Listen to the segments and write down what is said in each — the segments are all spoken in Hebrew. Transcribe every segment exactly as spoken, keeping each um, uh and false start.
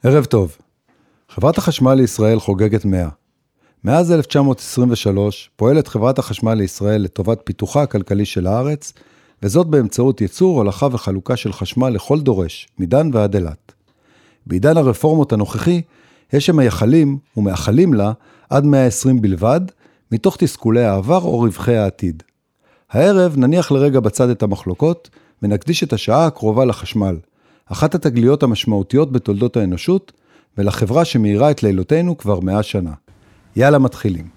ערב טוב. חברת החשמל לישראל חוגגת מאה. מאז אלף תשע מאות עשרים ושלוש פועלת חברת החשמל לישראל לטובת פיתוחה הכלכלי של הארץ, וזאת באמצעות ייצור, הולכה וחלוקה של חשמל לכל דורש, מדן ועד אילת. בעידן הרפורמות הנוכחי, יש שמייחלים ומאחלים לה עד מאה ועשרים בלבד, מתוך תסכולי העבר או רווחי העתיד. הערב נניח לרגע בצד את המחלוקות, ונקדיש את השעה הקרובה לחשמל, אחת התגליות המשמעותיות בתולדות האנושות, ולחברה שמאירה את לילותינו כבר מאה שנה. יאללה מתחילים.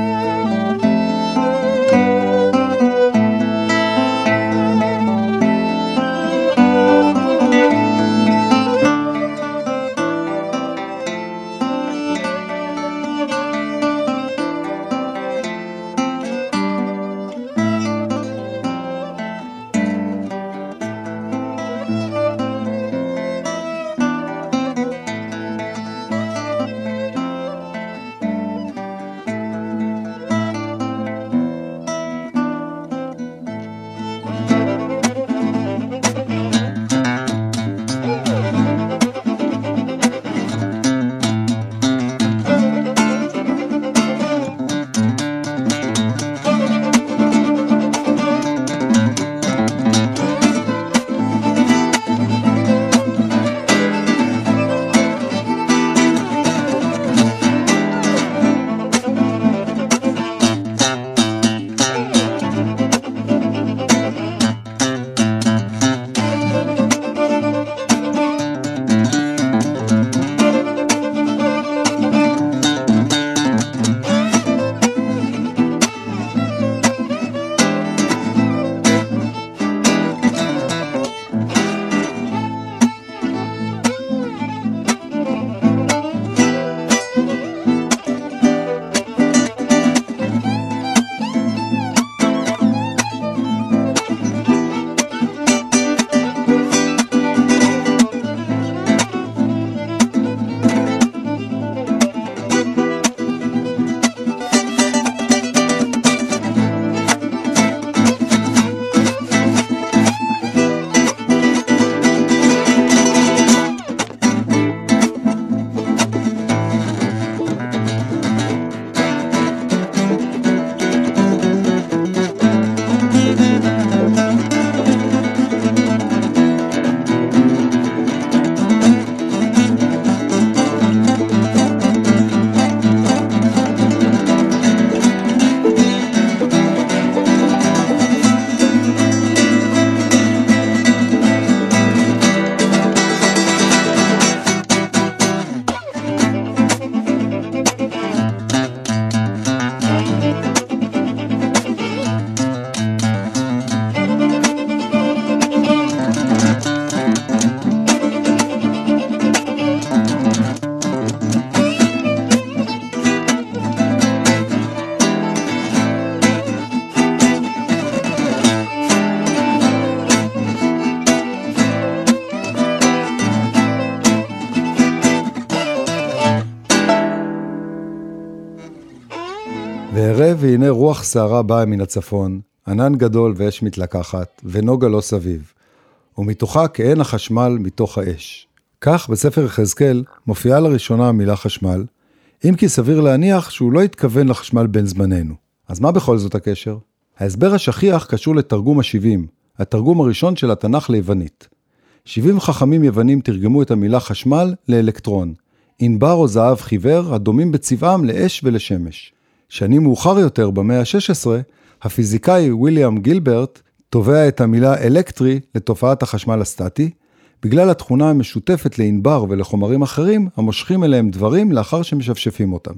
וערב והנה רוח שערה באה מן הצפון, ענן גדול ואש מתלקחת, ונוגה לא סביב, ומתוכה כעין החשמל מתוך האש. כך בספר יחזקאל מופיעה לראשונה המילה חשמל, אם כי סביר להניח שהוא לא התכוון לחשמל בין זמננו. אז מה בכל זאת הקשר? ההסבר השכיח קשור לתרגום ה-שבעים, התרגום הראשון של התנ"ך ליוונית. שבעים חכמים יוונים תרגמו את המילה חשמל לאלקטרון, ענבר או זהב חיוור הדומים בצבעם לאש ולשמש. שנים מאוחר יותר, במאה ה-שש עשרה, הפיזיקאי וויליאם גילברט תובע את המילה אלקטרי לתופעת החשמל הסטטי, בגלל התכונה המשותפת לענבר ולחומרים אחרים המושכים אליהם דברים לאחר שמשפשפים אותם.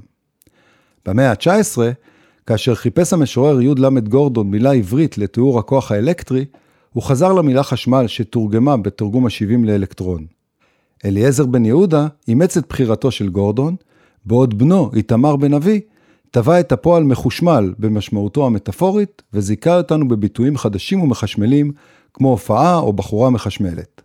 במאה ה-תשע עשרה, כאשר חיפש המשורר י' למד גורדון מילה עברית לתיאור הכוח האלקטרי, הוא חזר למילה חשמל שתורגמה בתרגום ה-שבעים לאלקטרון. אליעזר בן יהודה אימץ את בחירתו של גורדון, בעוד בנו, איתמר בן אבי, טבע את הפועל מחושמל במשמעותו המטאפורית, וזיכה אותנו בביטויים חדשים ומחשמלים, כמו הופעה או בחורה מחשמלת.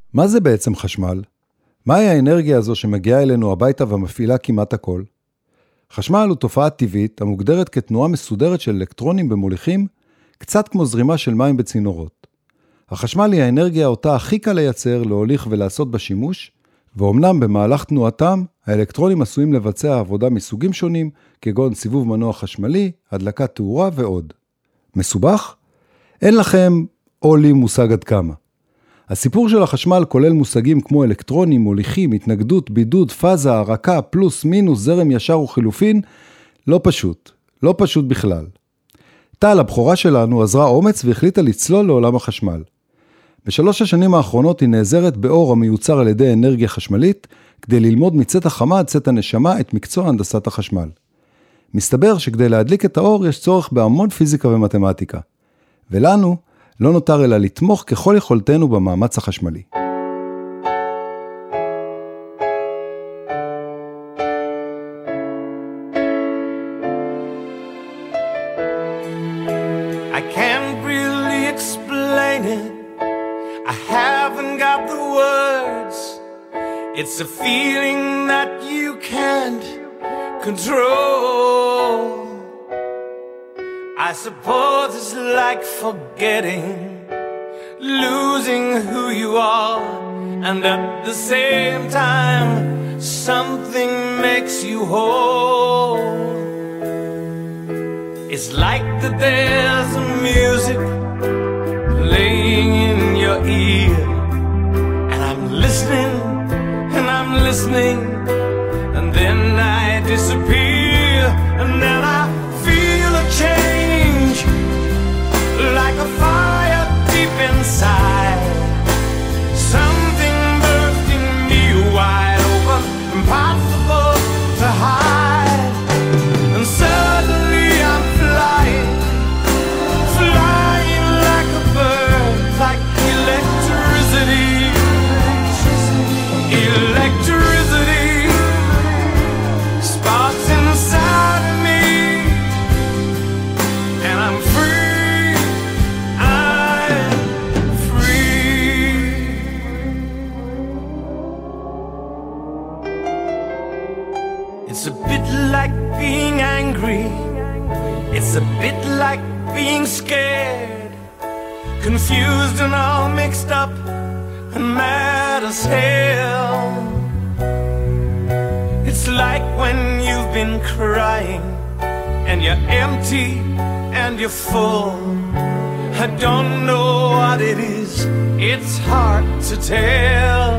מה זה בעצם חשמל? מהי האנרגיה הזו שמגיעה אלינו הביתה ומפעילה כמעט הכל? חשמל הוא תופעה טבעית המוגדרת כתנועה מסודרת של אלקטרונים במוליכים, קצת כמו זרימה של מים בצינורות. החשמל היא האנרגיה אותה הכי קל לייצר, להוליך ולעשות בשימוש, ואומנם במהלך תנועתם, האלקטרונים עשויים לבצע עבודה מסוגים שונים, כגון סיבוב מנוע חשמלי, הדלקת תאורה ועוד. מסובך? אין לכם או לי מושג עד כמה. הסיפור של החשמל כולל מושגים כמו אלקטרונים, מוליכים, התנגדות, בידוד, פאזה, הרקה, פלוס, מינוס, זרם ישר וחילופין, לא פשוט, לא פשוט בכלל. טל, הבחורה שלנו, עזרה אומץ והחליטה לצלול לעולם החשמל. בשלוש השנים האחרונות היא נעזרת באור המיוצר על ידי אנרגיה חשמלית, כדי ללמוד מצאת החמה עד צאת הנשמה את מקצוע הנדסת החשמל. מסתבר שכדי להדליק את האור יש צורך בהמון פיזיקה ומתמטיקה. ולנו לא נותר אלא לתמוך ככל יכולתנו במאמץ החשמלי. I can't really explain it. I haven't got the words. It's a feeling that you can't control. I suppose it's like forgetting, losing who you are, and at the same time, something makes you whole. It's like that there's a music playing in your ear, and I'm listening, and I'm listening, and then I disappear, and then I feel a change, like a fire deep inside, something bursting me wide open, impossible to hide, and suddenly I'm flying, flying like a bird, like electricity, electricity, sparks inside of me, and I'm free, I'm free. It's a bit like being angry, it's a bit like being scared, confused and all mixed up and mad as hell. It's like when you've been crying and you're empty and you're full. I don't know what it is, it's hard to tell.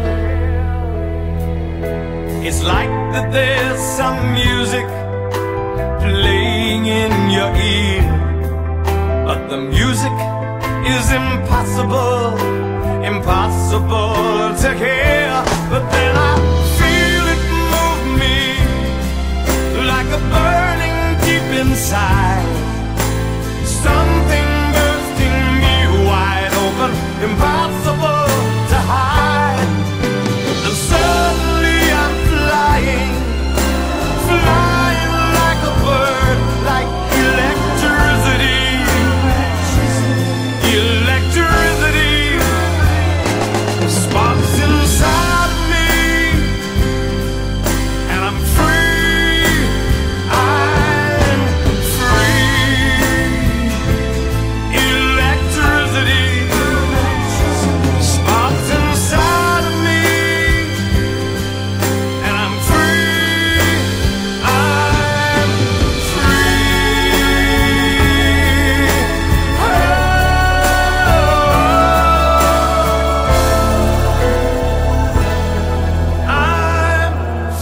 It's like that there's some music playing in your ear, but the music is impossible, impossible to hear. But then I feel it move me like a burning deep inside, something bursting me wide open, impossible to hide. And suddenly I'm flying, flying like a bird, like electricity, electricity, sparks inside of me, and I'm free, I'm free, electricity, sparks inside of me, and I'm free, I'm free. Oh, I'm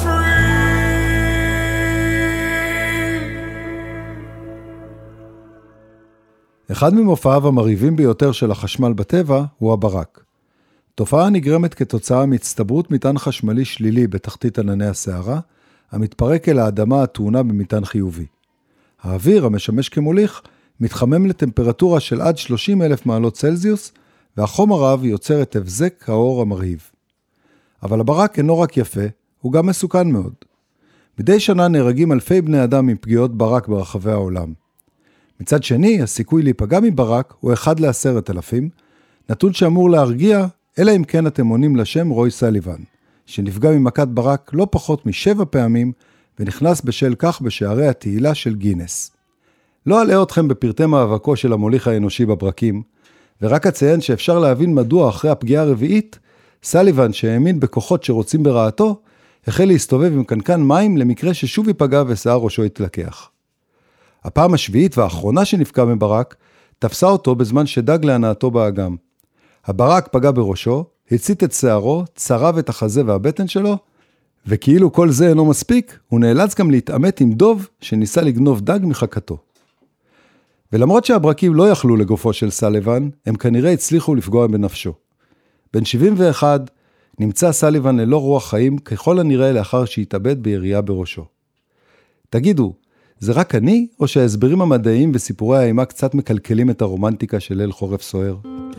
free. אחד ממופעיו המרהיבים ביותר של החשמל בטבע הוא הברק. תופעה נגרמת כתוצאה מהצטברות מטען חשמלי שלילי בתחתית ענני הסערה, המתפרק אל האדמה הטעונה במטען חיובי. האוויר, המשמש כמוליך, מתחמם לטמפרטורה של עד שלושים אלף מעלות צלזיוס, והחום הרב יוצר את הבזק האור המרהיב. אבל הברק אינו רק יפה, הוא גם מסוכן מאוד. מדי שנה נהרגים אלפי בני אדם מפגיעות ברק ברחבי העולם. מצד שני, הסיכוי להיפגע מברק הוא אחד לעשרת אלפים, נתון שאמור להרגיע אלא אם כן אתם עונים לשם רוי סליבן, שנפגע ממכת ברק לא פחות משבע פעמים, ונכנס בשל כך בשערי התהילה של גינס. לא אלאה אתכם בפרטי מאבקו של המוליך האנושי בברקים, ורק אציין שאפשר להבין מדוע אחרי הפגיעה הרביעית, סליבן שהאמין בכוחות שרוצים ברעתו, החל להסתובב עם קנקן מים למקרה ששוב ייפגע ושיער ראשו יתלקח. הפעם השביעית והאחרונה שנפגע מברק, תפסה אותו בזמן שדג להנאתו באגם. הברק פגע בראשו, הצית את שערו, צרב את החזה והבטן שלו, וכאילו כל זה אינו מספיק, הוא נאלץ גם להתאמת עם דוב שניסה לגנוב דג מחכתו. ולמרות שהברקים לא יכלו לגופו של סליבן, הם כנראה הצליחו לפגוע בנפשו. בן שבעים ואחת נמצא סליבן ללא רוח חיים ככל הנראה לאחר שהתאבד בירייה בראשו. תגידו, זה רק אני או שההסברים המדעיים וסיפורי האימה קצת מקלקלים את הרומנטיקה של ליל חורף סוער?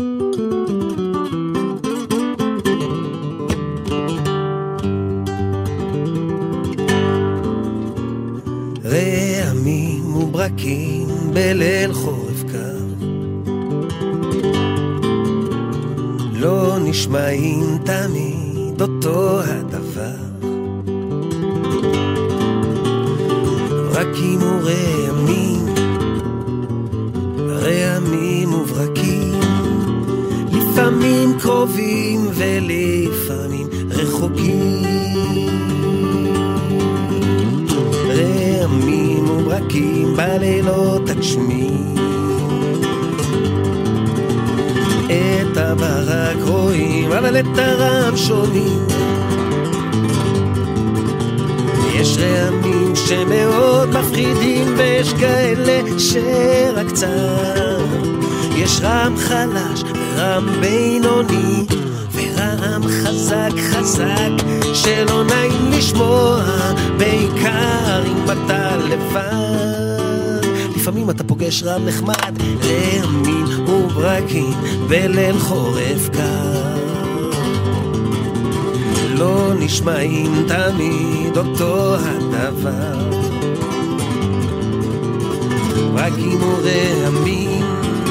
רעמים וברקים בליל חורף קר, לא נשמעים תמיד אותו הדבר. ברקים ורעמים, רעמים וברקים, לפעמים קרובים ולפעמים רחוקים. רעמים וברקים בלילות הגשמים, את הברק רואים אבל את הרעם שומעים. יש רעמים שמאוד מפחידים ויש כאלה שרק צר. יש רעם חלש ורעם בינוני ורעם חזק חזק שלא נעים לשמוע, בעיקר אם אתה לבד. לפעמים אתה פוגש רעם נחמד, רעמים וברקים בליל חורף קר, לא נשמעים תמיד אותו הדבר. ברקים ורעמים,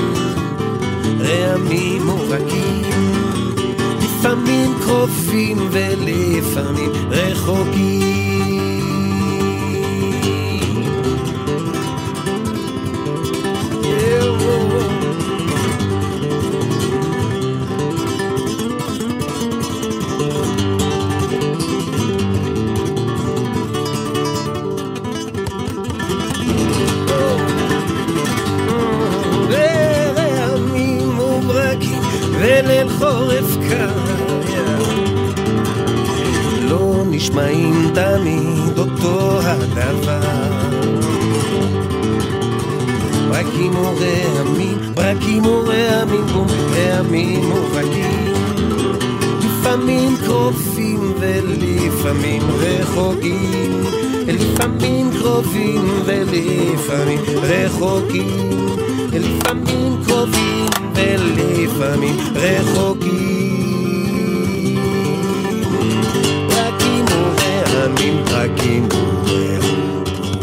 רעמים וברקים, לפעמים קרובים ולפעמים רחוקים. וליל חורף קר, לא נשמעים תמיד אותו הדבר. ברקים ורעמים, ברקים ורעמים, רעמים וברקים, לפעמים קרובים ולפעמים רחוקים. לפעמים קרובים ולפעמים רחוקים, לפעמים קרובים ולפעמים רחוקים. ברקים ורעמים, ברקים ורעמים.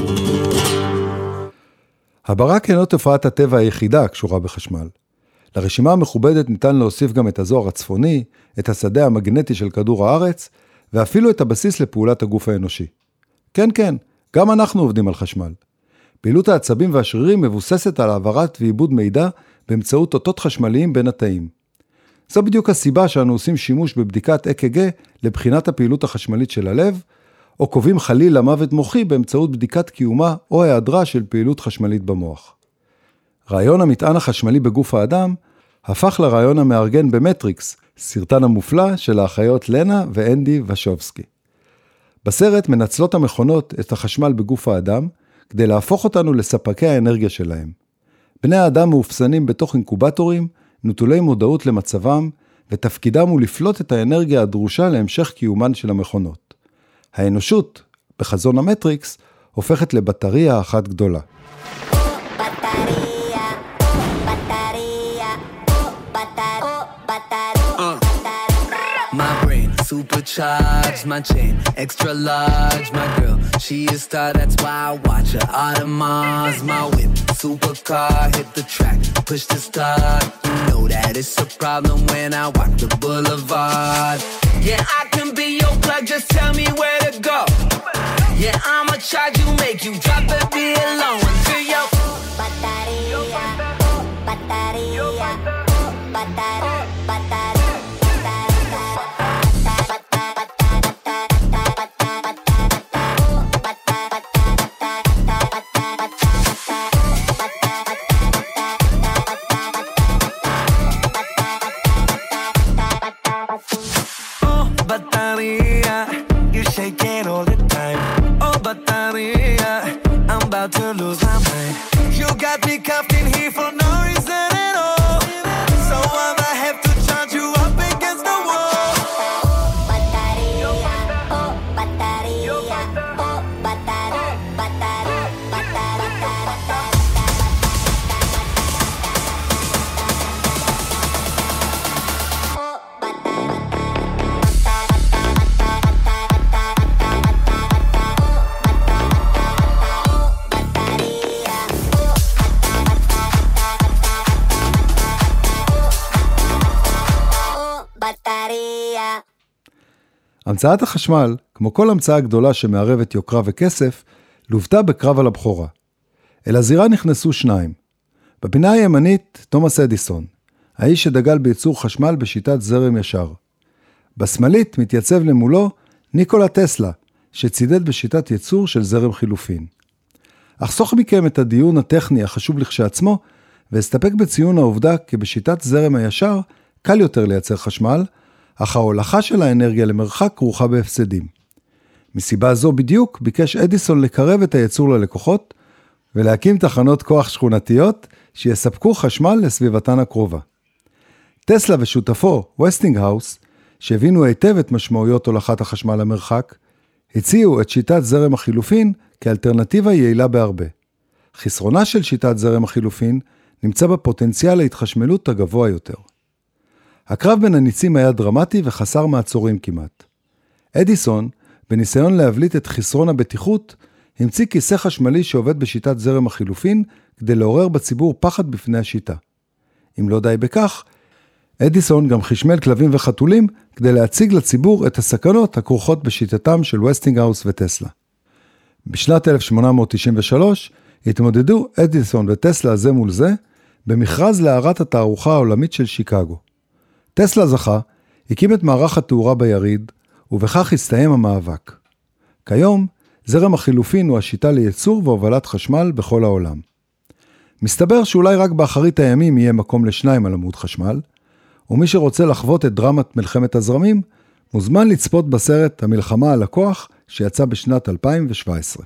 הברק אינו תופעת הטבע היחידה הקשורה בחשמל. לרשימה המכובדת ניתן להוסיף גם את הזוהר הצפוני, את השדה המגנטי של כדור הארץ, ואפילו את הבסיס לפעולת הגוף האנושי. כן, כן, גם אנחנו עובדים על חשמל. פעילות העצבים והשרירים מבוססת על העברת ועיבוד מידע באמצעות אותות חשמליים בין התאים. זו בדיוק הסיבה שאנו עושים שימוש בבדיקת אק ג'י לבחינת הפעילות החשמלית של הלב, או קובעים חליל למוות מוחי באמצעות בדיקת קיומה או היעדרה של פעילות חשמלית במוח. רעיון המטען החשמלי בגוף האדם הפך לרעיון המארגן במטריקס, סרטן המופלא של האחיות לנה ואנדי ושובסקי. בסרט מנצלות המכונות את החשמל בגוף האדם, כדי להפוך אותנו לספקי האנרגיה שלהם. בני האדם מאופסנים בתוך אינקובטורים, נטולי מודעות למצבם, ותפקידם הוא לפלוט את האנרגיה הדרושה להמשך קיומן של המכונות. האנושות, בחזון המטריקס, הופכת לבטריה אחת גדולה. Supercharged, my chain extra large, my girl, she is star, that's why I watch her. Audemars, my whip, supercar, hit the track, push the start, you know that it's a problem when I walk the boulevard. Yeah, I can be your plug, just tell me where to go. Yeah, I'ma charge you, make you drop the bill low until your batería, oh, batería, oh, batería, batería. To lose my mind. You got me cuffed in here for no reason at all. So I'ma have to charge you up against the wall. Batería, oh, batería, oh, batería, batería, המצאת החשמל, כמו כל המצאה גדולה שמערבת יוקרה וכסף, לוותה בקרב על הבכורה. אל הזירה נכנסו שניים. בפינה הימנית, תומאס אדיסון, האיש שדגל בייצור חשמל בשיטת זרם ישר. בשמאלית מתייצב למולו ניקולה טסלה, שצידד בשיטת ייצור של זרם חילופין. אחסוך מכם את הדיון הטכני החשוב לכשעצמו, והסתפק בציון העובדה כי בשיטת זרם הישר קל יותר לייצר חשמל, אך ההולכה של האנרגיה למרחק כרוכה בהפסדים. מסיבה זו בדיוק ביקש אדיסון לקרב את הייצור ללקוחות, ולהקים תחנות כוח שכונתיות שיספקו חשמל לסביבתן הקרובה. טסלה ושותפו, ווסטינגהאוס, שהבינו היטב את משמעויות הולכת החשמל למרחק, הציעו את שיטת זרם החילופין כאלטרנטיבה יעילה בהרבה. חסרונה של שיטת זרם החילופין נמצא בפוטנציאל ההתחשמלות הגבוה יותר. הקרב בין הניצים היה דרמטי וחסר מעצורים כמעט. אדיסון, בניסיון להבליט את חסרון הבטיחות, המציא כיסא חשמלי שעובד בשיטת זרם החילופין, כדי לעורר בציבור פחד בפני השיטה. אם לא די בכך, אדיסון גם חשמל כלבים וחתולים, כדי להציג לציבור את הסכנות הכרוכות בשיטתם של ווסטינגהאוס וטסלה. בשנת אלף שמונה מאות תשעים ושלוש, התמודדו אדיסון וטסלה זה מול זה, במכרז להערת התערוכה העולמית של שיקגו. טסלה זכה, הקים את מערך התאורה ביריד, ובכך הסתיים המאבק. כיום, זרם החילופין הוא השיטה לייצור והובלת חשמל בכל העולם. מסתבר שאולי רק באחרית הימים יהיה מקום לשניים על עמוד חשמל, ומי שרוצה לחוות את דרמת מלחמת הזרמים, מוזמן לצפות בסרט המלחמה על הכוח, שיצא בשנת אלפיים שבע עשרה.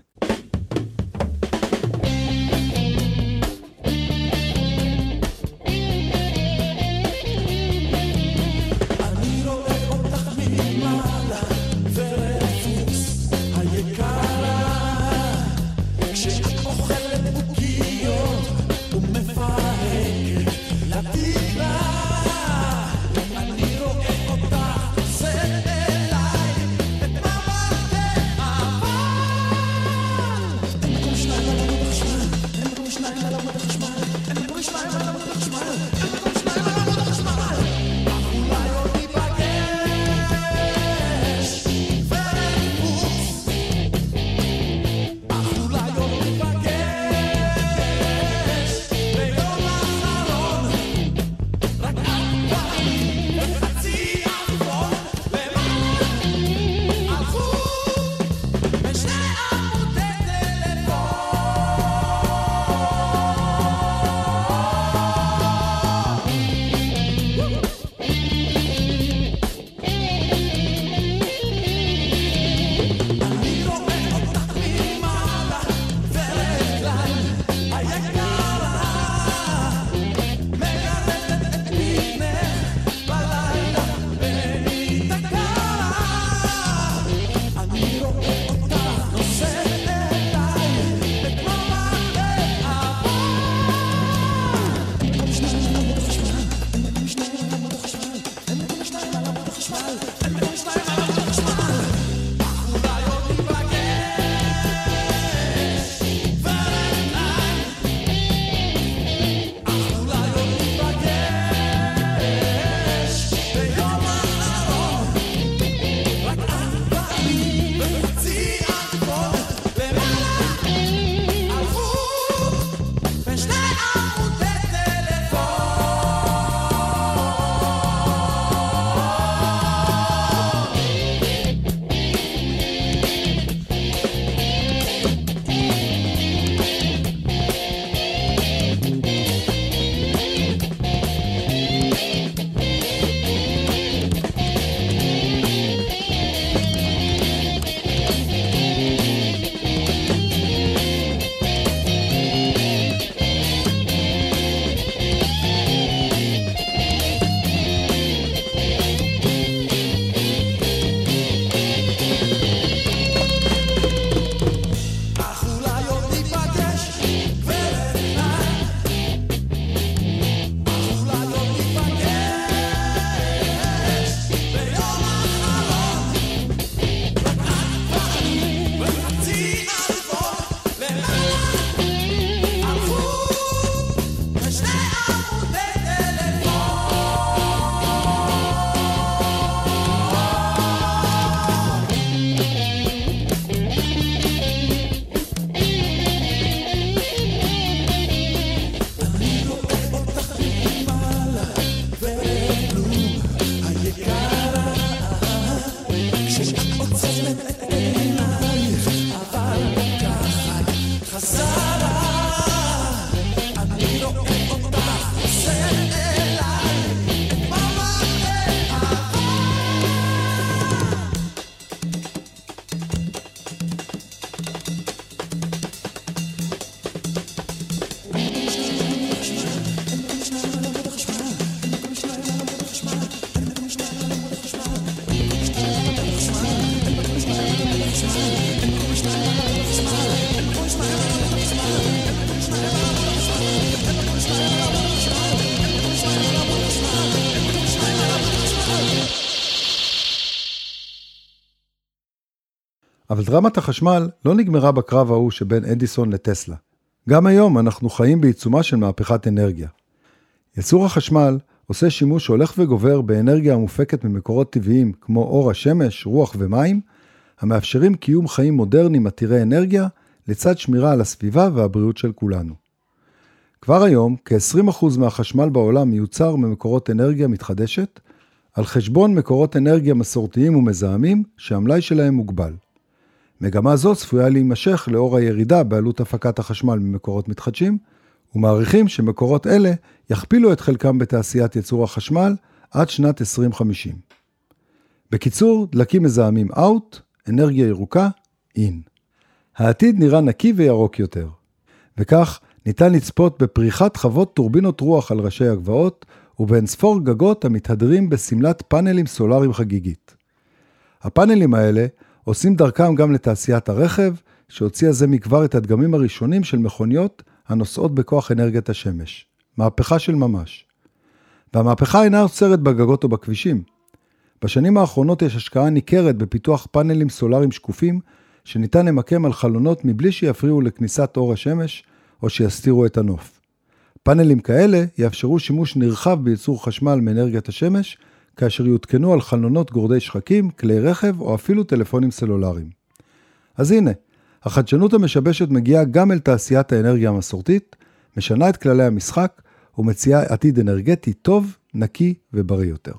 אבל דרמת החשמל לא נגמרה בקרב ההוא שבין אדיסון לטסלה. גם היום אנחנו חיים בעיצומה של מהפכת אנרגיה. ייצור החשמל עושה שימוש הולך וגובר באנרגיה המופקת ממקורות טבעיים כמו אור השמש, רוח ומים, המאפשרים קיום חיים מודרניים עתירי אנרגיה, לצד שמירה על הסביבה והבריאות של כולנו. כבר היום, כ-עשרים אחוז מהחשמל בעולם מיוצר ממקורות אנרגיה מתחדשת, על חשבון מקורות אנרגיה מסורתיים ומזהמים שהמלאי שלהם מוגבל. מגמה זו צפויה להימשך לאור הירידה בעלות הפקת החשמל ממקורות מתחדשים, ומעריכים שמקורות אלה יכפילו את חלקם בתעשיית ייצור החשמל עד שנת עשרים חמישים. בקיצור, דלקים מזהמים out, אנרגיה ירוקה in. העתיד נראה נקי וירוק יותר, וכך ניתן לצפות בפריחת חוות טורבינות רוח על ראשי הגבעות, ובין ספור גגות המתהדרים בסמלת פאנלים סולאריים חגיגית. הפאנלים האלה עושים דרכם גם לתעשיית הרכב, שהוציאה זה מכבר את הדגמים הראשונים של מכוניות הנוסעות בכוח אנרגיית השמש. מהפכה של ממש. והמהפכה אינה עוצרת בגגות או בכבישים. בשנים האחרונות יש השקעה ניכרת בפיתוח פאנלים סולאריים שקופים, שניתן למקם על חלונות מבלי שיפריעו לכניסת אור השמש, או שיסתירו את הנוף. פאנלים כאלה יאפשרו שימוש נרחב בייצור חשמל מאנרגיית השמש, כאשר יותקנו על חלונות גורדי שחקים, כלי רכב או אפילו טלפונים סלולריים. אז הנה, החדשנות המשבשת מגיעה גם אל תעשיית האנרגיה המסורתית, משנה את כללי המשחק ומציעה עתיד אנרגטי טוב, נקי ובריא יותר.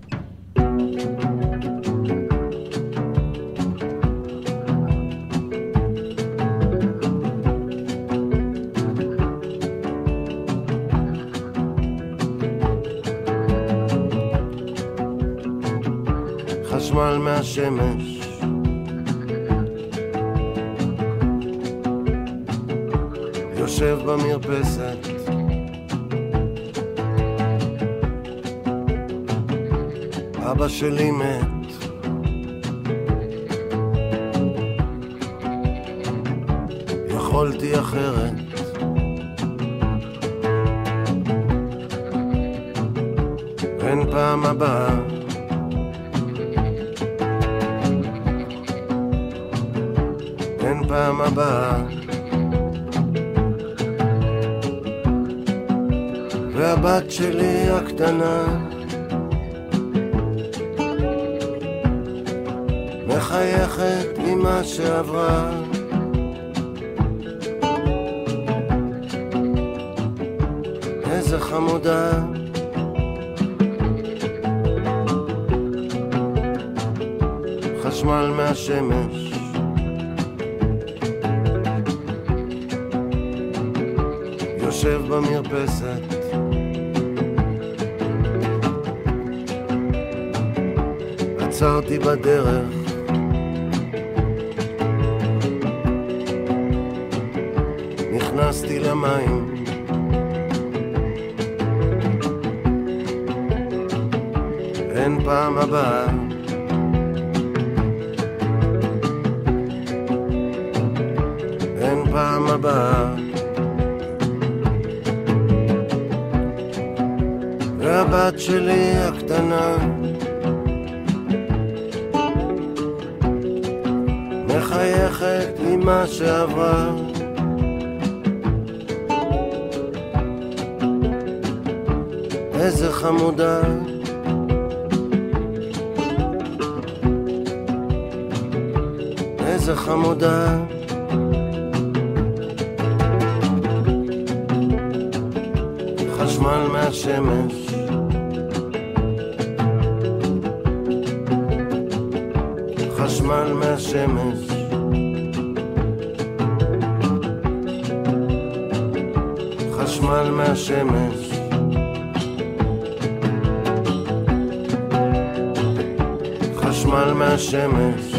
חשמל מהשמש, יושב במרפסת, אבא שלי מת, יכולתי אחרת, אין פעם הבאה, אין פעם הבאה, והבת שלי הקטנה מחייכת עם מה שעברה, איזה חמודה, חשמל מהשמש, יושב במרפסת, עצרתי בדרך, נכנסתי למים, אין פעם הבאה, אין פעם הבאה, והבת שלי הקטנה מחייכת עם מה שעברה, איזה חמודה, איזה חמודה, חשמל מהשמש, חשמל מהשמש, חשמל מהשמש, חשמל מהשמש,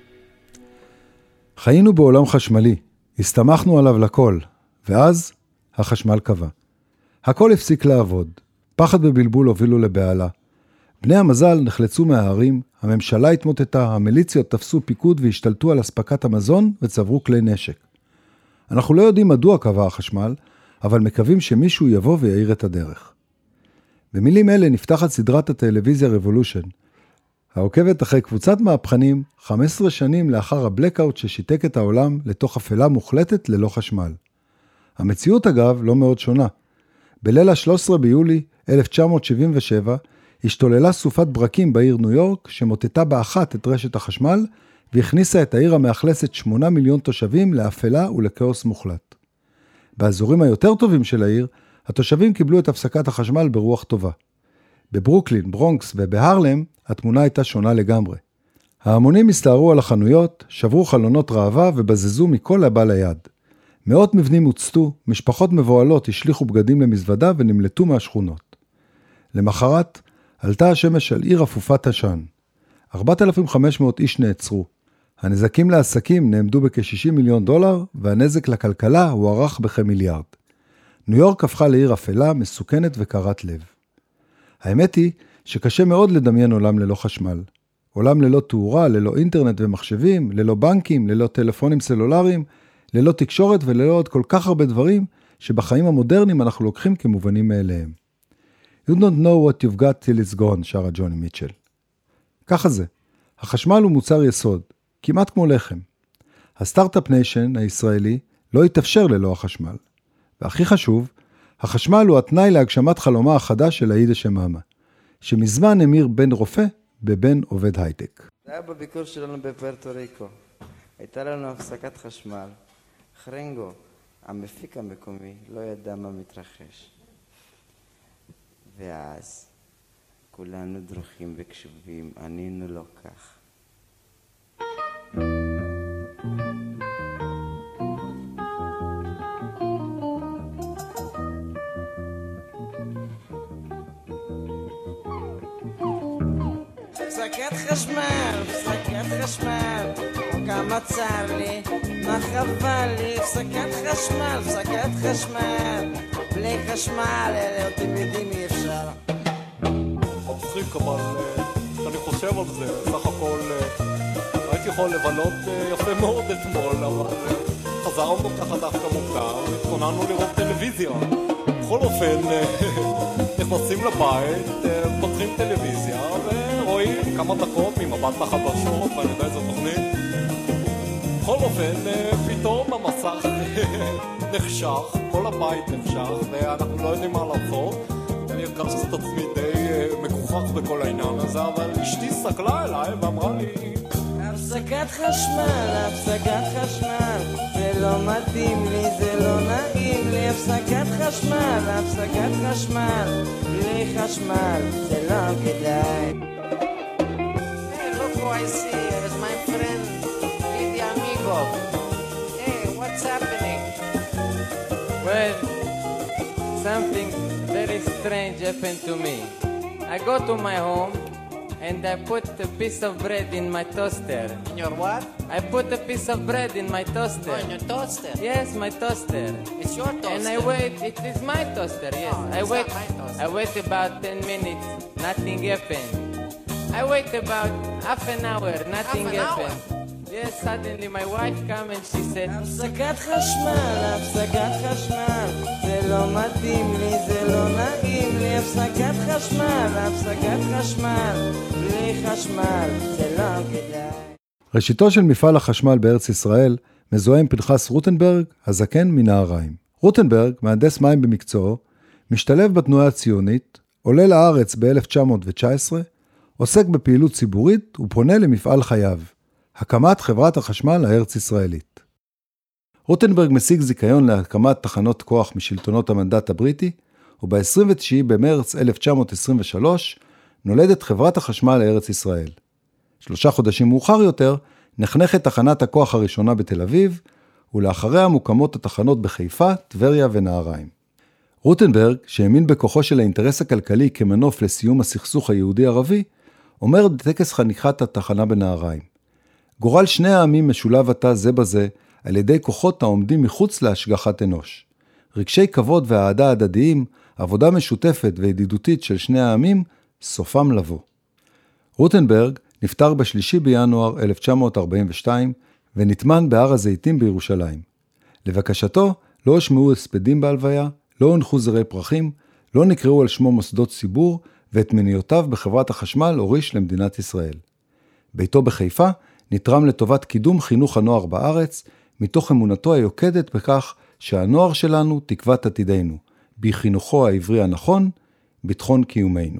חיינו בעולם חשמלי, הסתמכנו עליו לכל, ואז החשמל קבע. הכל הפסיק לעבוד. פחד ובלבול הובילו לבעלה. בני המזל נחלצו מהערים, הממשלה התמוטטה, המיליציות תפסו פיקוד והשתלטו על הספקת המזון וצברו כלי נשק. אנחנו לא יודעים מדוע קבע החשמל, אבל מקווים שמישהו יבוא ויעיר את הדרך. במילים אלה נפתחת סדרת הטלוויזיה Revolution, העוקבת אחרי קבוצת מהפכנים חמש עשרה שנים לאחר הבלקאוט ששיתק את העולם לתוך אפלה מוחלטת ללא חשמל. המציאות אגב לא מאוד שונה. בליל ה-שלושה עשר ביולי אלף תשע מאות שבעים ושבע השתוללה סופת ברקים בעיר ניו יורק שמוטטה באחת את רשת החשמל והכניסה את העיר המאכלסת שמונה מיליון תושבים לאפלה ולכאוס מוחלט. באזורים היותר טובים של העיר, התושבים קיבלו את הפסקת החשמל ברוח טובה. בברוקלין, ברונקס ובהרלם התמונה הייתה שונה לגמרי. ההמונים הסתערו על החנויות, שברו חלונות ראווה ובזזו מכל הבא ליד. מאות מבנים הוצתו, משפחות מבועלות השליחו בגדים למזוודה ונמלטו מהשכונות. למחרת עלתה השמש על עיר אפופת עשן. ארבעת אלפים וחמש מאות איש נעצרו. הנזקים לעסקים נאמדו בכ-שישים מיליון דולר, והנזק לכלכלה הוערך בכמיליארד. ניו יורק הפכה לעיר אפלה, מסוכנת וקרת לב. האמת היא שקשה מאוד לדמיין עולם ללא חשמל. עולם ללא תאורה, ללא אינטרנט ומחשבים, ללא בנקים, ללא טלפונים סלולריים, ללא תקשורת וללא עוד כל כך הרבה דברים שבחיים המודרניים אנחנו לוקחים כמובנים מאליהם. You don't know what you've got till it's gone, שרה ג'וני מיטשל. ככה זה. החשמל הוא מוצר יסוד, כמעט כמו לחם. הסטארט-אפ ניישן הישראלי לא יתאפשר ללא החשמל. והכי חשוב, החשמל הוא התנאי להגשמת חלומה החדש של עאידה שמאמה, שמזמן המיר בין רופא בבין עובד הייטק. זה היה בביקור שלנו בפוארטו ריקו. הייתה לנו הפסקת חשמל. חרנגו, המפיק המקומי, לא ידע מה מתרחש. ואז כולנו דרוכים וקשובים, ענינו לו כך. הפסקת חשמל, הפסקת חשמל, כמה צר לי, מה חבל לי, הפסקת חשמל, הפסקת חשמל, בלי חשמל, אלה אותי יודעים אי אפשר. מצחיק, אבל אני חושב על זה, סך הכל הייתי יכול לבלות יפה מאוד אתמול, אבל חזרנו ככה דווקא מוקדם, התכוננו לראות טלוויזיה. בכל אופן, נכנסים לבית, פותחים טלוויזיה ורואים כמה דקות ממבט לחדשות, ואני יודע איזו תוכנית. בכל אופן, פתאום המסך נחשך, כל הבית נחשך, ואנחנו לא יודעים מה לעשות. אני הרגשתי את עצמי די מכוחך בכל העניין הזה, אבל אשתי סתכלה אליי ואמרה לי, הפסקת חשמל, הפסקת חשמל, זה לא מתאים לי, זה לא נעים לי, הפסקת חשמל, הפסקת חשמל, בלי חשמל, זה לא כדאי. Hey, look who I see, it is my friend, Lidia Amigo. Hey, what's happening? Well, something very strange happened to me. I go to my home, and I put a piece of bread in my toaster. In your what? I put a piece of bread in my toaster. Oh, in your toaster? Yes, my toaster. It's your toaster. And I wait, it is my toaster, yes. Oh, I it's wait, not my toaster. I wait about ten minutes, nothing happened. I wait about half an hour, nothing Half an happened. hour? Yes, suddenly my wife came and she said, הפסקת חשמל, הפסקת חשמל, זה לא מתאים לי, זה לא נעים לי, הפסקת חשמל, הפסקת חשמל, בלי חשמל, זה לא כדאי. ראשיתו של מפעל החשמל בארץ ישראל מזוהה עם פנחס רוטנברג, הזקן מנהריים. רוטנברג, מהנדס מים במקצועו, משתלב בתנועה הציונית, עולה לארץ ב-אלף תשע מאות תשע עשרה, עוסק בפעילות ציבורית ופונה למפעל חייו, הקמת חברת החשמל הארץ ישראלית. רוטנברג משיג זיכיון להקמת תחנות כוח משלטונות המנדט הבריטי, וב-עשרים ותשעה במרץ אלף תשע מאות עשרים ושלוש נולדת חברת החשמל לארץ ישראל. שלושה חודשים מאוחר יותר נחנכת תחנת הכוח הראשונה בתל אביב, ולאחריה מוקמות התחנות בחיפה, טבריה ונהריים. רוטנברג, שהאמין בכוחו של האינטרס הכלכלי כמנוף לסיום הסכסוך היהודי-ערבי, אומר בטקס חניכת התחנה בנהריים. גורל שני העמים משולב עתה זה בזה על ידי כוחות העומדים מחוץ להשגחת אנוש. רגשי כבוד והאהדה הדדיים, עבודה משותפת וידידותית של שני העמים, סופם לבוא. רוטנברג נפטר בשלישי בינואר אלף תשע מאות ארבעים ושתיים, ונטמן בהר הזיתים בירושלים. לבקשתו לא הושמעו הספדים בהלוויה, לא הונחו זרי פרחים, לא נקראו על שמו מוסדות ציבור, ואת מניותיו בחברת החשמל הוריש למדינת ישראל. ביתו בחיפה נתרם לטובת קידום חינוך הנוער בארץ, מתוך אמונתו היוקדת בכך שהנוער שלנו תקוות עתידנו, בחינוכו העברי הנכון, ביטחון קיומנו.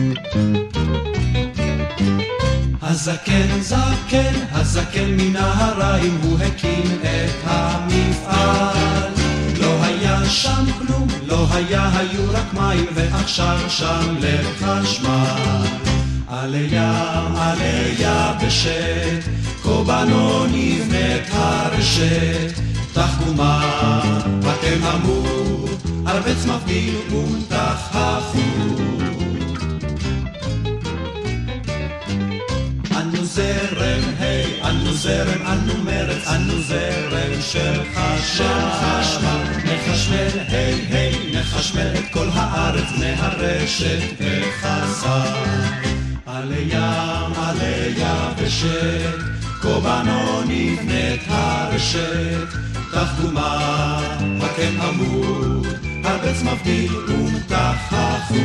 הזקן זקן, הזקן מנהריים, הוא הקים את המפעל. לא היה שם כלום, לא היה, היו רק מים, ועכשיו שם לחשמל. על ים, על יבשת, קובנו נבנית הרשת, תחכומה, אתם אמור, ארבץ מבדיל ותחכו. אנו זרם, היי, אנו זרם, אנו מרץ, אנו זרם של חשמל. נחשמל, היי, היי, נחשמל את כל הארץ מהרשת וחזר. על ים, על יבשת, קובנו נבנית הרשת, תחכומה, הקן עמוד, הרבץ מבדיל ותחכו.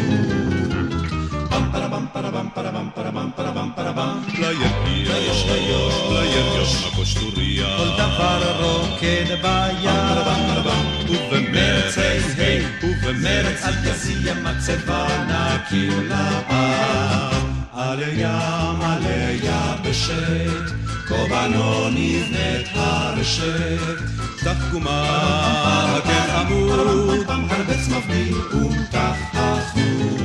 פרבם פרבם פרבם פרבם פרבם פרבם ליש ליוש ליש הקושטוריה כל דבר רוקד בים ובמרץ היי ובמרץ אל תזיע מצבה נקים לעם. על ים על יבשת קובנו נבנית הרשת, תחכומה הקן עמוד, הרבץ מבדיל ותחכו.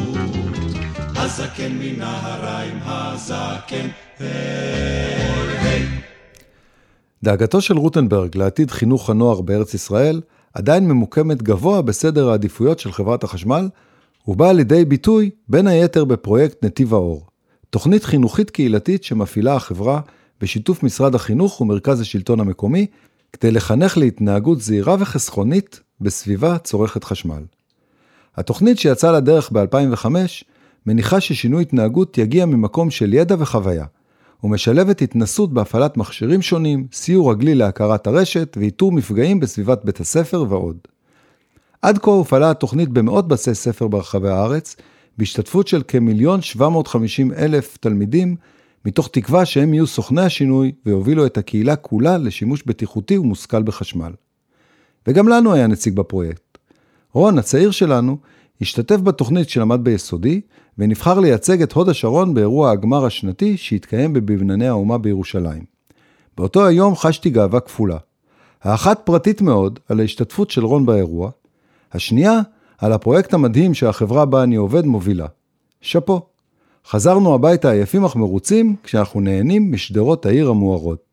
הזקן מנהריים, הזקן, היי, היי. דאגתו של רוטנברג לעתיד חינוך הנוער בארץ ישראל עדיין ממוקמת גבוה בסדר העדיפויות של חברת החשמל, ובאה לידי ביטוי בין היתר בפרויקט נתיב האור, תוכנית חינוכית קהילתית שמפעילה החברה בשיתוף משרד החינוך ומרכז השלטון המקומי, כדי לחנך להתנהגות זהירה וחסכונית בסביבה צורכת חשמל. התוכנית שיצאה לדרך ב-אלפיים וחמש מניחה ששינוי התנהגות יגיע ממקום של ידע וחוויה, ומשלבת התנסות בהפעלת מכשירים שונים, סיור רגלי להכרת הרשת ואיתור מפגעים בסביבת בית הספר ועוד. עד כה הופעלה התוכנית במאות בתי ספר ברחבי הארץ, בהשתתפות של כמיליון שבע מאות וחמישים אלף תלמידים, מתוך תקווה שהם יהיו סוכני השינוי ויובילו את הקהילה כולה לשימוש בטיחותי ומושכל בחשמל. וגם לנו היה נציג בפרויקט. רון, הצעיר שלנו, השתתף בתוכנית שלמד ביסודי, ונבחר לייצג את הוד השרון באירוע הגמר השנתי שהתקיים בבנייני האומה בירושלים. באותו היום חשתי גאווה כפולה. האחת פרטית מאוד על ההשתתפות של רון באירוע, השנייה על הפרויקט המדהים שהחברה בה אני עובד מובילה. שפו. חזרנו הביתה עייפים אך מרוצים כשאנחנו נהנים משדרות העיר המוארות.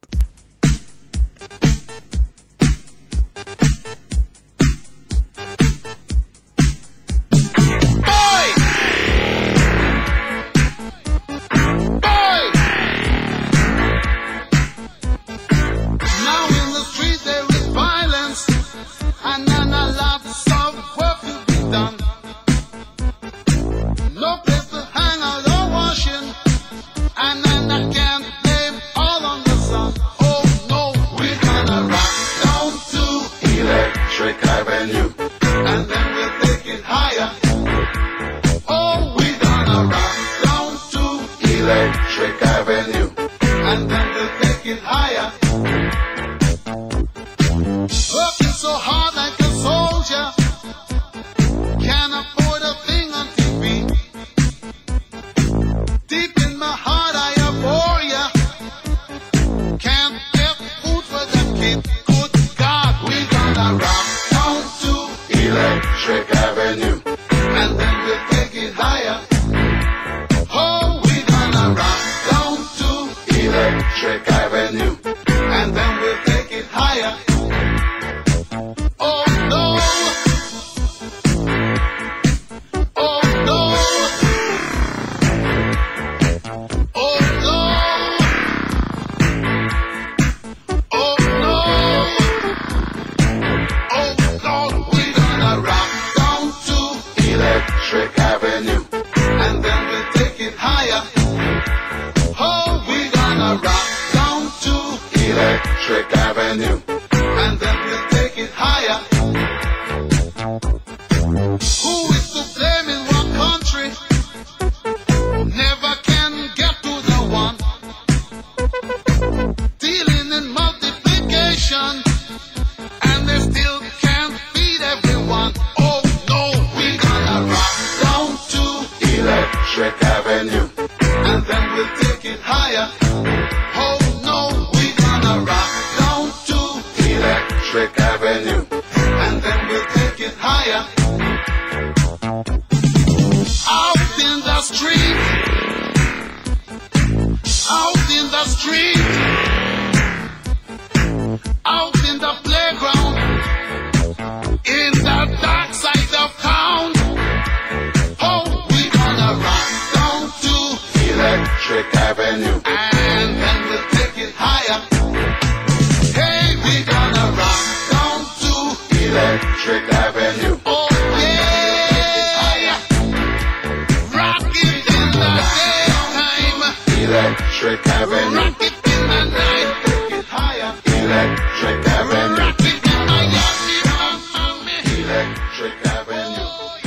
Electric Avenue. And then we'll take it higher. Who is to blame in what country? Never can get to the one. Dealing in multiplication, and they still can't feed everyone. Oh no, we gonna rock down to Electric Avenue, and then we'll take it higher. Oh no, we gonna rock down to Electric Avenue, and then we'll take it higher. Out in the street, out in the street, out in the playground, in the dark side of town. Oh, we gonna rock down to Electric Avenue, and then we'll take it higher. Hey, we gonna rock down to Electric Avenue. Oh yeah, rock it in the daytime, Electric Avenue. Rock it in the night, take it higher, Electric Avenue. Rock it in my yard, Electric Avenue.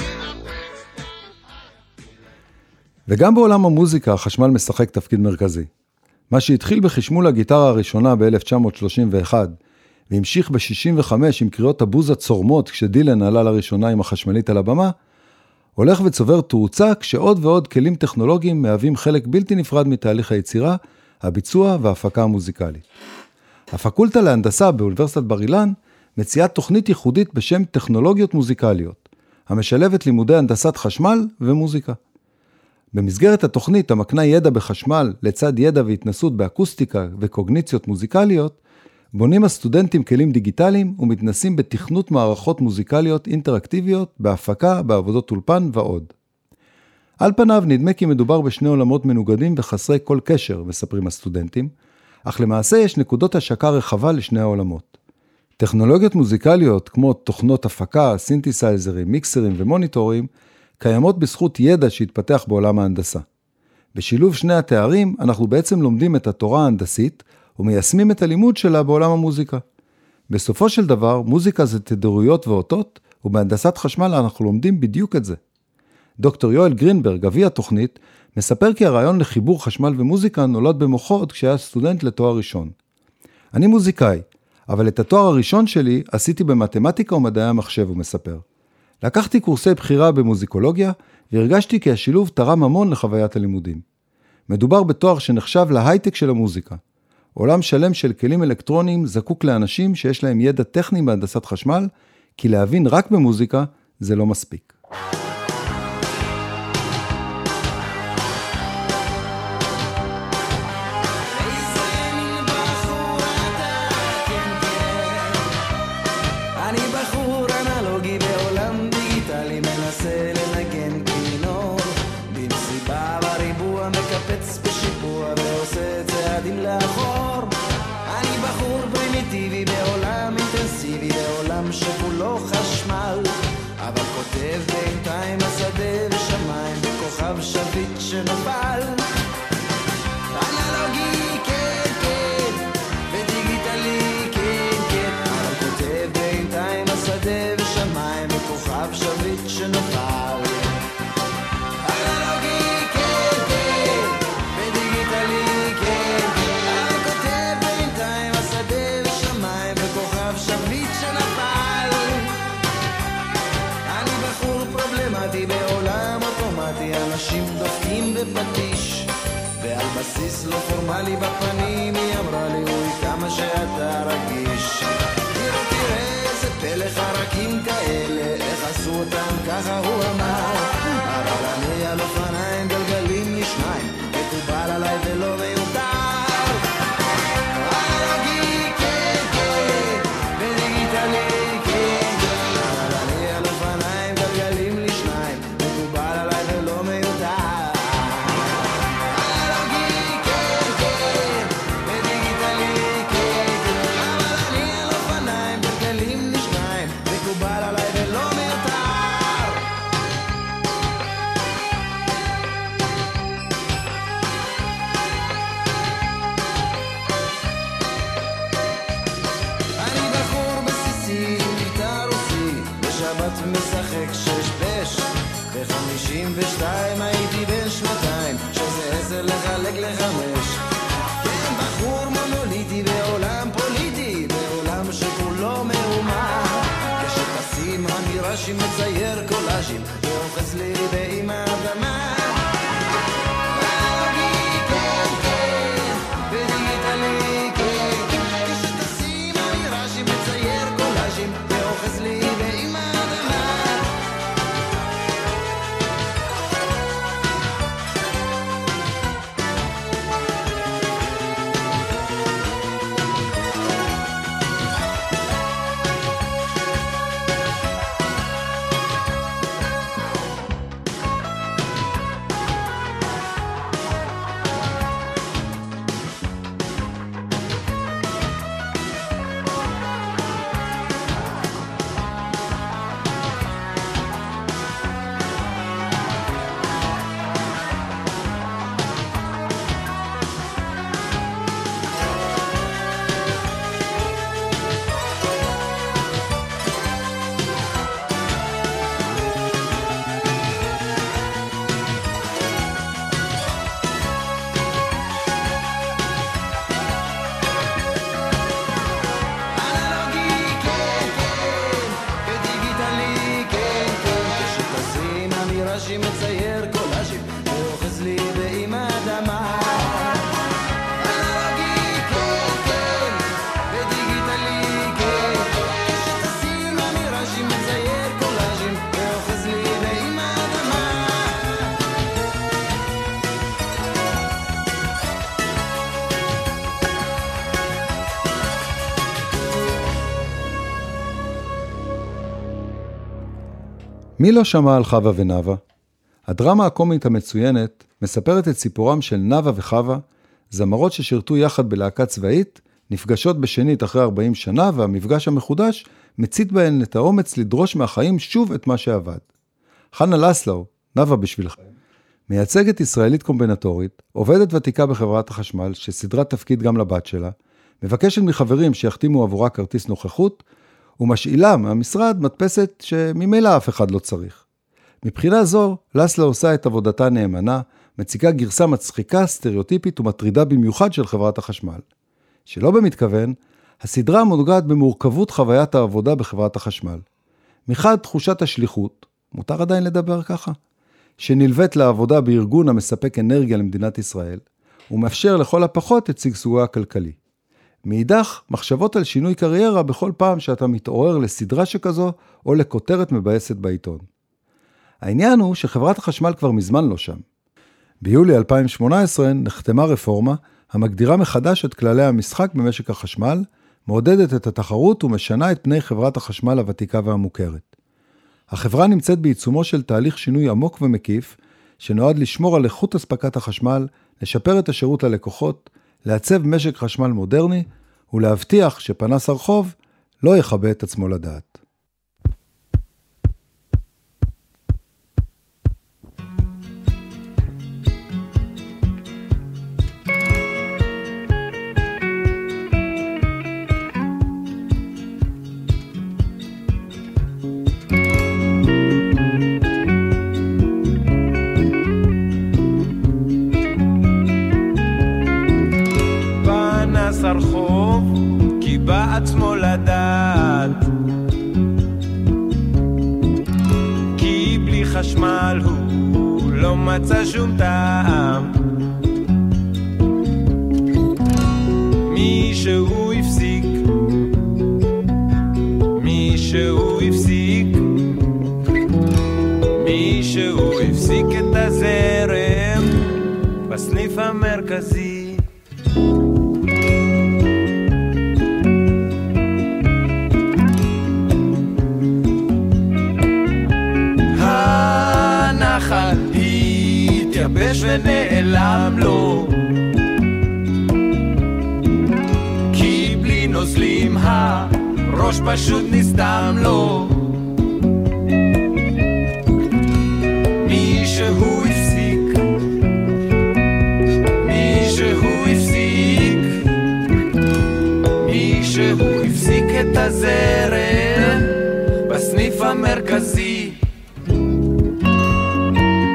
וגם בעולם המוזיקה החשמל משחק תפקיד מרכזי. מה שהתחיל בחשמול הגיטרה הראשונה ב-אלף תשע מאות שלושים ואחת, והמשיך ב-שישים וחמש עם קריאות הבוז הצורמות כשדילן עלה לראשונה עם החשמלית על הבמה, הולך וצובר תאוצה כשעוד ועוד כלים טכנולוגיים מהווים חלק בלתי נפרד מתהליך היצירה, הביצוע וההפקה המוזיקלית. הפקולטה להנדסה באוניברסיטת בר אילן מציעה תוכנית ייחודית בשם טכנולוגיות מוזיקליות, המשלבת לימודי הנדסת חשמל ומוזיקה. במסגרת התוכנית המקנה ידע בחשמל לצד ידע והתנסות באקוסטיקה וקוגניציות מוזיקליות, בונים הסטודנטים כלים דיגיטליים ומתנסים בתכנות מערכות מוזיקליות אינטראקטיביות, בהפקה, בעבודות אולפן ועוד. על פניו נדמה כי מדובר בשני עולמות מנוגדים וחסרי כל קשר, מספרים הסטודנטים, אך למעשה יש נקודות השקה רחבה לשני העולמות. טכנולוגיות מוזיקליות כמו תוכנות הפקה, סינתסייזרים, מיקסרים ומוניטורים, קיימות בזכות ידע שהתפתח בעולם ההנדסה. בשילוב שני התארים אנחנו בעצם לומדים את התורה ההנדסית ומיישמים את הלימוד שלה בעולם המוזיקה. בסופו של דבר, מוזיקה זה תדירויות ואותות, ובהנדסת חשמל אנחנו לומדים בדיוק את זה. דוקטור יואל גרינברג, אבי התוכנית, מספר כי הרעיון לחיבור חשמל ומוזיקה נולד במוחו עוד כשהיה סטודנט לתואר ראשון. אני מוזיקאי, אבל את התואר הראשון שלי עשיתי במתמטיקה ומדעי המחשב, הוא מספר. לקחתי קורסי בחירה במוזיקולוגיה, והרגשתי כי השילוב תרם המון לחוויית הלימודים. מדובר בתואר שנחשב להייטק של המוזיקה. עולם שלם של כלים אלקטרוניים זקוק לאנשים שיש להם ידע טכני בהנדסת חשמל, כי להבין רק במוזיקה זה לא מספיק. שכולו חשמל, אבל כותב בינתיים השדה ושמיים בכוכב שביט שנפל. אנלוגי כן כן ודיגיטלי כן כן, אבל כותב בינתיים השדה ושמיים בכוכב שביט שנפל. אנלוגי כן כן ודיגיטלי כן כן, אבל כותב בינתיים השדה ושמיים בכוכב שביט שנפל. בעולם אוטומטי אנשים דופקים בפטיש, ועל בסיס לא פורמלי בפנים היא אמרה לי אוי כמה שאתה רגיש. תראה תראה איזה פלא חרקים כאלה, איך עשו אותם ככה הוא אמר, אבל אני על אופניים גלגלים לשניים, מקובל עליי ולא מיותר. אנלוגי כן כן ודיגיטלי שישים ושתיים הייתי בן שנתיים, שזה עשר לחלק לחמש. כן, בחור מונוליטי בעולם פוליטי, בעולם שכולו מהומה. כשטסים המירשים מצייר קולאז'ים, ואוחז לי באם האדמה. מי לא שמע על חווה ונאווה? הדרמה הקומית המצוינת מספרת את סיפורם של נאווה וחווה, זמרות ששירתו יחד בלהקה צבאית, נפגשות בשנית אחרי ארבעים שנה, והמפגש המחודש מצית בהן את האומץ לדרוש מהחיים שוב את מה שעבד. חנה לסלו, נאווה בשבילכם, מייצגת ישראלית קומבינטורית, עובדת ותיקה בחברת החשמל, שסדרה תפקיד גם לבת שלה, מבקשת מחברים שיחתימו עבורה כרטיס נוכחות, ומשאילה מהמשרד מדפסת שממילא אף אחד לא צריך. מבחינה זו, לסלו עושה את עבודתה נאמנה, מציגה גרסה מצחיקה, סטריאוטיפית ומטרידה במיוחד של חברת החשמל. שלא במתכוון, הסדרה מונגעת במורכבות חוויית העבודה בחברת החשמל. מחד תחושת השליחות, מותר עדיין לדבר ככה, שנלווית לעבודה בארגון המספק אנרגיה למדינת ישראל, ומאפשר לכל הפחות את שגשוגה הכלכלי. מאידך, מחשבות על שינוי קריירה בכל פעם שאתה מתעורר לסדרה שכזו, או לכותרת מבאסת בעיתון. העניין הוא שחברת החשמל כבר מזמן לא שם. ביולי אלפיים שמונה עשרה נחתמה רפורמה, המגדירה מחדש את כללי המשחק במשק החשמל, מעודדת את התחרות ומשנה את פני חברת החשמל הוותיקה והמוכרת. החברה נמצאת בעיצומו של תהליך שינוי עמוק ומקיף, שנועד לשמור על איכות הספקת החשמל, לשפר את השירות ללקוחות, לעצב משק חשמל מודרני, ולהבטיח שפנס הרחוב לא יכבה את עצמו לדעת. הרחוב כי בעצמו לדעת, כי בלי חשמל הוא לא מצא שום טעם. מישהו הפסיק, מישהו הפסיק, מישהו הפסיק את הזרם בסניף המרכזי. התייבש ונעלם לו, כי בלי נוזלים הראש פשוט נסתם לו. מישהו הפסיק, מישהו הפסיק, מישהו הפסיק את הזרם בסניף המרכזי.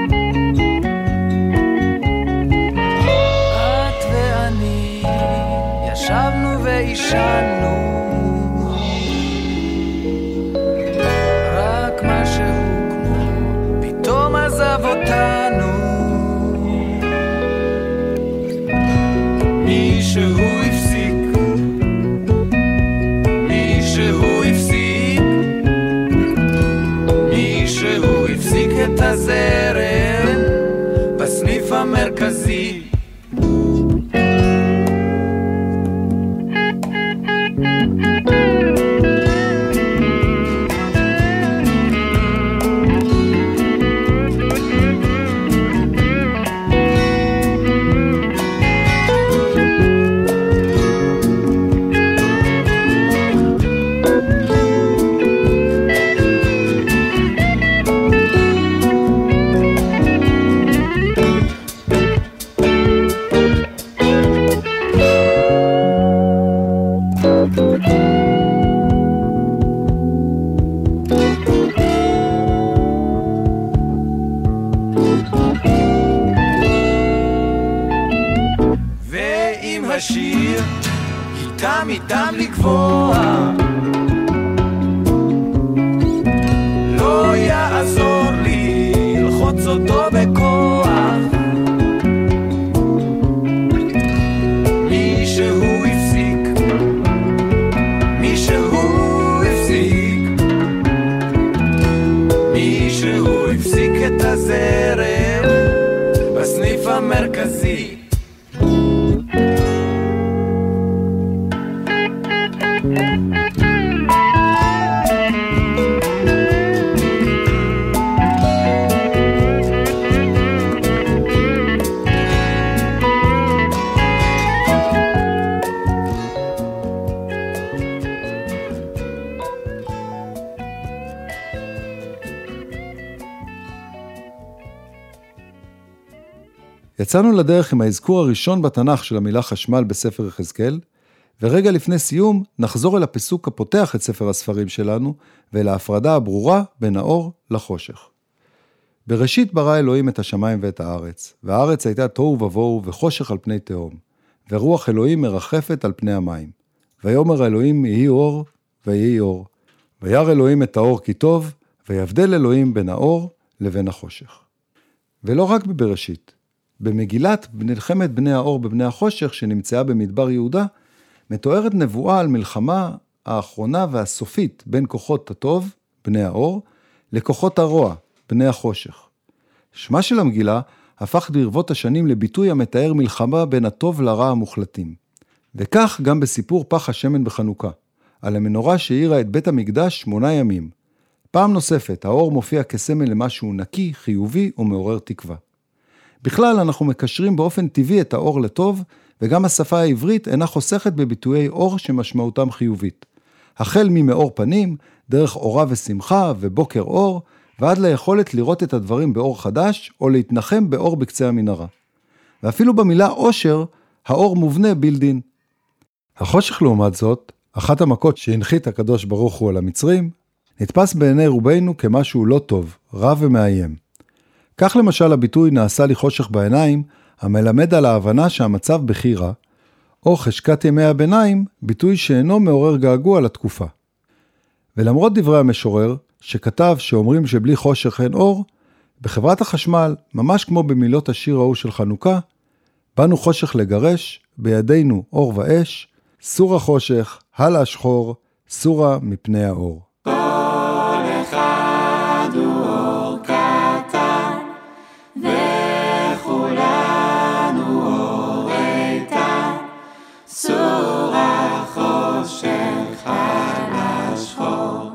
ישנו, רק משהו כמו פתאום עזב אותנו. מישהו הפסיק, מישהו הפסיק, מישהו הפסיק את הזרם בסניף המרכזי. השיר איתם איתם לגבוה, לא יעזור לי ללחוץ אותו בכוח. מישהו הפסיק, מישהו הפסיק, מישהו הפסיק את הזרם בסניף המרכזי. יצאנו לדרך עם האזכור הראשון בתנ"ך של המילה חשמל בספר יחזקאל, ורגע לפני סיום נחזור אל הפסוק הפותח את ספר הספרים שלנו, ואל ההפרדה הברורה בין האור לחושך. בראשית ברא אלוהים את השמיים ואת הארץ, והארץ הייתה תוהו ובוהו וחושך על פני תהום, ורוח אלוהים מרחפת על פני המים. ויאמר אלוהים יהי אור, ויהי אור. וירא אלוהים את האור כי טוב, ויבדל אלוהים בין האור לבין החושך. ולא רק בבראשית, במגילת מלחמת בני האור בבני החושך שנמצאה במדבר יהודה, מתוארת נבואה על מלחמה האחרונה והסופית בין כוחות הטוב, בני האור, לכוחות הרוע, בני החושך. שמה של המגילה הפך ברבות השנים לביטוי המתאר מלחמה בין הטוב לרע המוחלטים. וכך גם בסיפור פח השמן בחנוכה, על המנורה שהאירה את בית המקדש שמונה ימים. פעם נוספת, האור מופיע כסמל למשהו נקי, חיובי ומעורר תקווה. בכלל אנחנו מקשרים באופן טבעי את האור לטוב, וגם השפה העברית אינה חוסכת בביטויי אור שמשמעותם חיובית. החל ממאור פנים, דרך אורה ושמחה ובוקר אור, ועד ליכולת לראות את הדברים באור חדש, או להתנחם באור בקצה המנהרה. ואפילו במילה אושר, האור מובנה בילדין. החושך לעומת זאת, אחת המכות שהנחית הקדוש ברוך הוא על המצרים, נתפס בעיני רובנו כמשהו לא טוב, רע ומאיים. כך למשל הביטוי נעשה לי חושך בעיניים, המלמד על ההבנה שהמצב בכי רע, או חשקת ימי הביניים, ביטוי שאינו מעורר געגוע לתקופה. ולמרות דברי המשורר, שכתב שאומרים שבלי חושך אין אור, בחברת החשמל, ממש כמו במילות השיר ההוא של חנוכה, באנו חושך לגרש, בידינו אור ואש, סורה חושך, הלאה שחור, סורה מפני האור. כל אחד הוא אור קטן, וכולנו אור איתן, סורה חושך, הלאה שחור,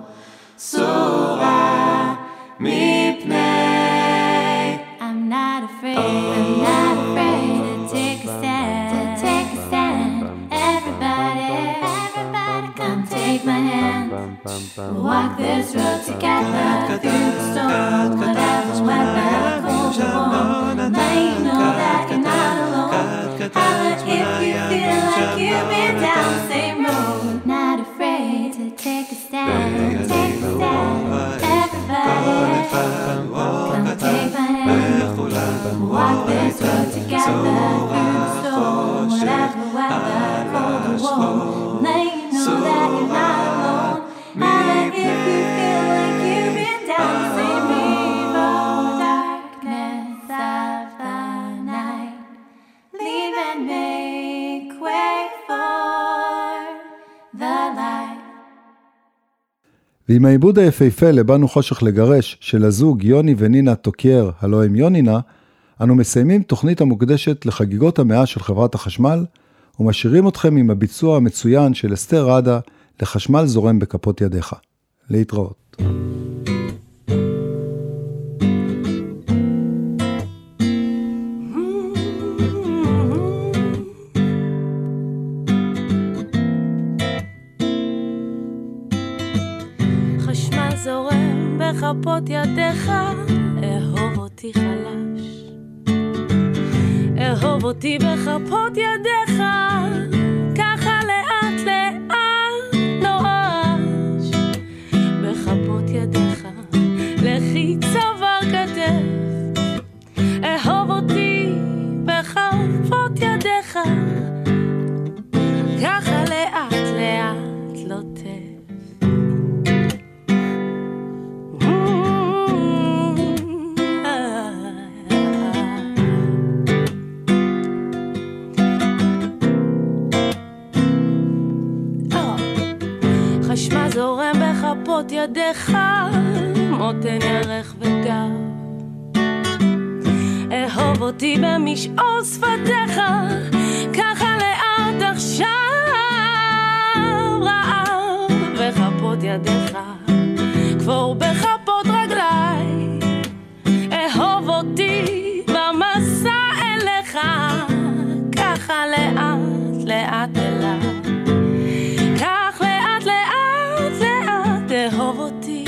סורה מפני. I'm not afraid, I'm not afraid to take a stand, to take a stand. Everybody, everybody come take my hand. We'll walk this road together through the storm, whatever weather, cold or warm. Now you know that you're not alone. Holla if you feel like you've been down the same road. Not afraid to take a stand, take a stand. Everybody, come take my hand. We'll walk this road together through the storm, whatever weather, cold or warm. Now ועם העיבוד היפהפה לבנו חושך לגרש של הזוג יוני ונינה טוקייר, הלוא הם יונינה, אנו מסיימים תוכנית המוקדשת לחגיגות המאה של חברת החשמל, ומשאירים אתכם עם הביצוע המצוין של אסתר רדה לחשמל זורם בכפות ידיך. להתראות. חשמל זורם בכפות ידיך, אהוב אותי חלש, אהוב אותי בכפות ידיך, ככה לאט לאט נואש, בכפות ידיך, לכי צוואר כתף, אהוב אותי בכפות ידיך, ככה לאט לאט לוטף. חשמל זורם בכפות ידיך, מותן ירך וגב, אהוב אותי במשעול שפתיך, ככה לאט עכשיו רעב, בכפות ידיך, כפור בכפות רגליי, אהוב אותי במסע אליך, ככה לאט לאט אליי, כך לאט לאט לאט אהוב אותי,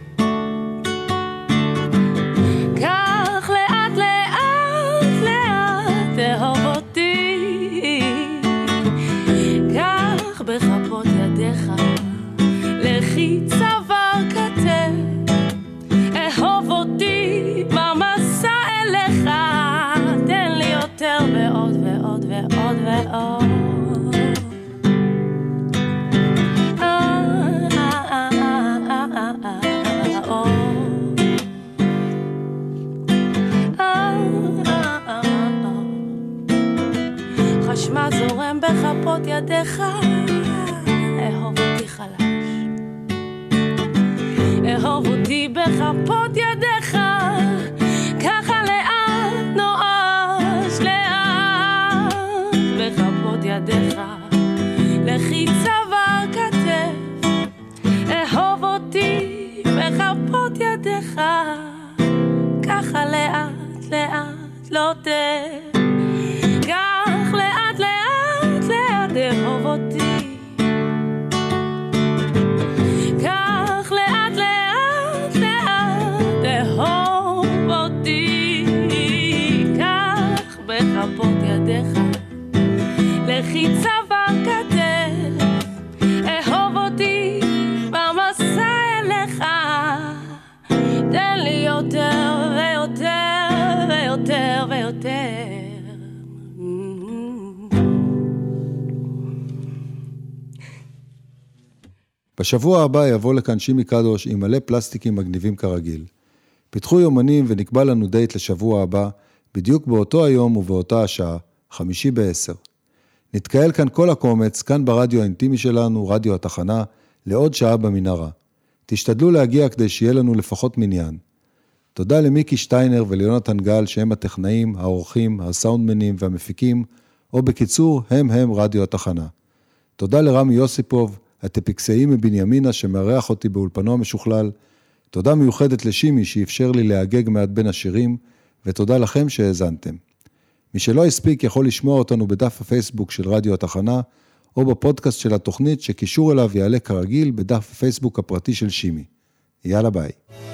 כך לאט לאט לאט אהוב אותי, כך בכפות ידיך, לכי צוואר כתף, אהוב אותי במסע אליך, תן לי יותר ועוד ועוד ועוד ועוד. חשמל זורם בכפות ידיך, אהוב אותי חלש, אהוב אותי בכפות ידיך, ככה לאט נואש לאט, בכפות ידיך, לכי צוואר כתף, אהוב אותי בכפות ידיך, ככה לאט לאט לוטף, כך לאט לאט לאט אהוב אותי, כך לאט לאט לאט אהוב אותי, כך בכפות ידיך, לכי צוואר כתף, אהוב אותי במסע אליך, תן לי יותר ויותר ויותר ויותר. בשבוע הבא יבוא לכאן שימי קדוש עם מלא פלסטיקים מגניבים כרגיל. פיתחו יומנים ונקבע לנו דייט לשבוע הבא, בדיוק באותו היום ובאותה השעה, חמישי בעשר. נתקהל כאן כל הקומץ, כאן ברדיו האינטימי שלנו, רדיו התחנה, לעוד שעה במנהרה. תשתדלו להגיע כדי שיהיה לנו לפחות מניין. תודה למיקי שטיינר וליונתן גל שהם הטכנאים, האורחים, הסאונדמנים והמפיקים, או בקיצור, הם הם רדיו התחנה. תודה לרמי יוסיפוב, הטפיקסאי מבנימינה שמארח אותי באולפנו המשוכלל. תודה מיוחדת לשימי שאפשר לי להגג מעט בין השירים, ותודה לכם שהאזנתם. מי שלא הספיק יכול לשמוע אותנו בדף הפייסבוק של רדיו התחנה, או בפודקאסט של התוכנית שקישור אליו יעלה כרגיל בדף הפייסבוק הפרטי של שימי. יאללה ביי.